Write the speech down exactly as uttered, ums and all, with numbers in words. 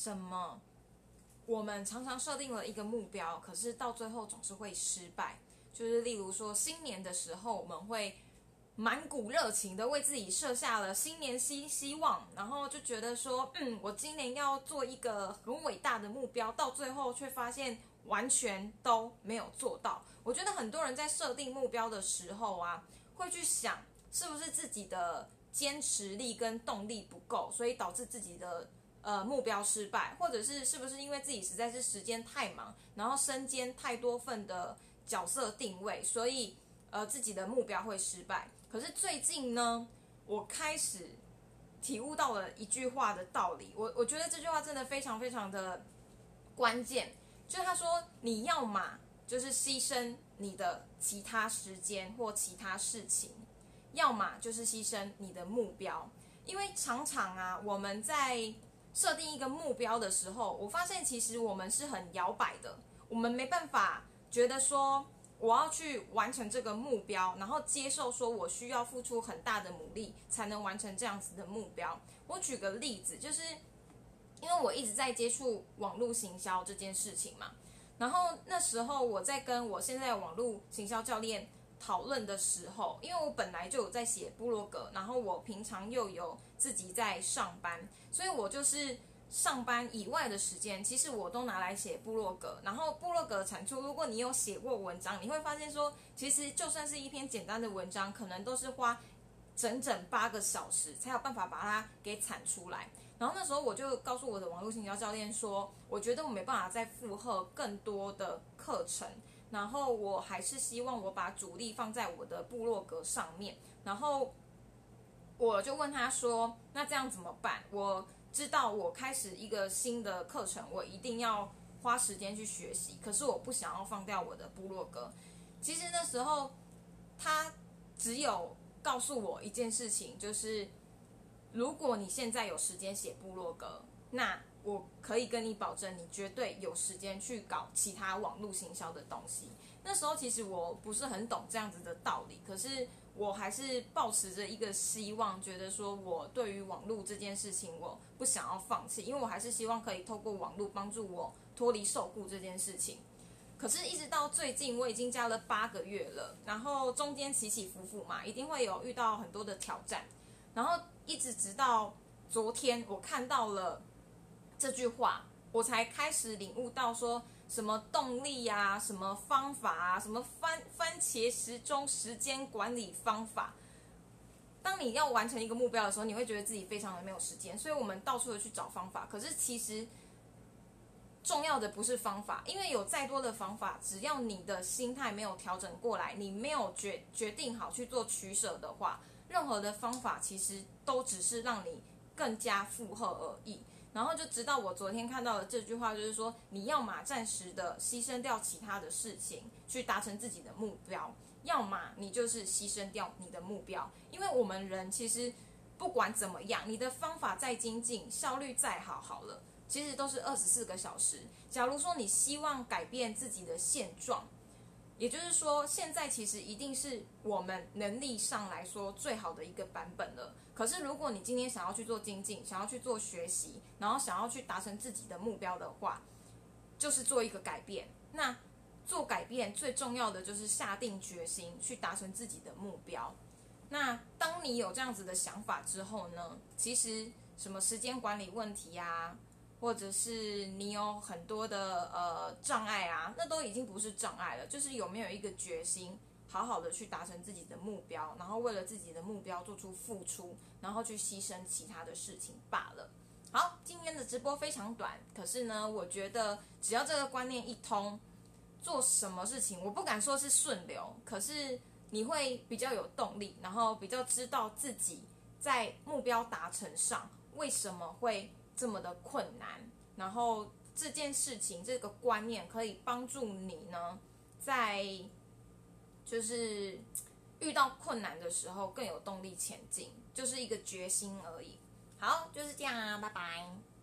什么我们常常设定了一个目标，可是到最后总是会失败。就是例如说新年的时候，我们会满股热情的为自己设下了新年希希望，然后就觉得说，嗯，我今年要做一个很伟大的目标，到最后却发现完全都没有做到。我觉得很多人在设定目标的时候啊，会去想是不是自己的坚持力跟动力不够，所以导致自己的呃目标失败，或者是是不是因为自己实在是时间太忙，然后身兼太多份的角色定位，所以呃自己的目标会失败。可是最近呢，我开始体悟到了一句话的道理，我我觉得这句话真的非常非常的关键，就是他说你要嘛就是牺牲你的其他时间或其他事情，要么就是牺牲你的目标。因为常常啊，我们在设定一个目标的时候，我发现其实我们是很摇摆的，我们没办法觉得说我要去完成这个目标，然后接受说我需要付出很大的努力才能完成这样子的目标。我举个例子，就是因为我一直在接触网络行销这件事情嘛，然后那时候我在跟我现在的网络行销教练讨论的时候，因为我本来就有在写部落格，然后我平常又有自己在上班，所以我就是上班以外的时间，其实我都拿来写部落格。然后部落格的产出，如果你有写过文章，你会发现说，其实就算是一篇简单的文章，可能都是花整整八个小时才有办法把它给产出来。然后那时候我就告诉我的网络行销教练说，我觉得我没办法再负荷更多的课程，然后我还是希望我把主力放在我的部落格上面。然后我就问他说，那这样怎么办？我知道我开始一个新的课程，我一定要花时间去学习，可是我不想要放掉我的部落格。其实那时候他只有告诉我一件事情，就是如果你现在有时间写部落格，那我可以跟你保证，你绝对有时间去搞其他网络行销的东西。那时候其实我不是很懂这样子的道理，可是我还是抱持着一个希望，觉得说我对于网络这件事情我不想要放弃，因为我还是希望可以透过网络帮助我脱离受雇这件事情。可是，一直到最近，我已经加了八个月了，然后中间起起伏伏嘛，一定会有遇到很多的挑战，然后一直直到昨天，我看到了这句话，我才开始领悟到说什么动力啊，什么方法啊，什么番番茄时钟时间管理方法。当你要完成一个目标的时候，你会觉得自己非常的没有时间，所以我们到处的去找方法。可是其实重要的不是方法，因为有再多的方法，只要你的心态没有调整过来，你没有决决定好去做取舍的话，任何的方法其实都只是让你更加负荷而已。然后就直到我昨天看到的这句话，就是说你要嘛暂时的牺牲掉其他的事情去达成自己的目标，要么你就是牺牲掉你的目标。因为我们人其实不管怎么样，你的方法再精进，效率再好好了，其实都是二十四个小时。假如说你希望改变自己的现状，也就是说现在其实一定是我们能力上来说最好的一个版本了。可是如果你今天想要去做精进，想要去做学习，然后想要去达成自己的目标的话，就是做一个改变。那做改变最重要的就是下定决心去达成自己的目标。那当你有这样子的想法之后呢，其实什么时间管理问题啊，或者是你有很多的呃障碍啊，那都已经不是障碍了，就是有没有一个决心，好好的去达成自己的目标，然后为了自己的目标做出付出，然后去牺牲其他的事情罢了。好，今天的直播非常短，可是呢，我觉得只要这个观念一通，做什么事情我不敢说是顺流，可是你会比较有动力，然后比较知道自己在目标达成上为什么会这么的困难，然后这件事情这个观念可以帮助你呢，在就是遇到困难的时候更有动力前进，就是一个决心而已。好，就是这样啊，拜拜。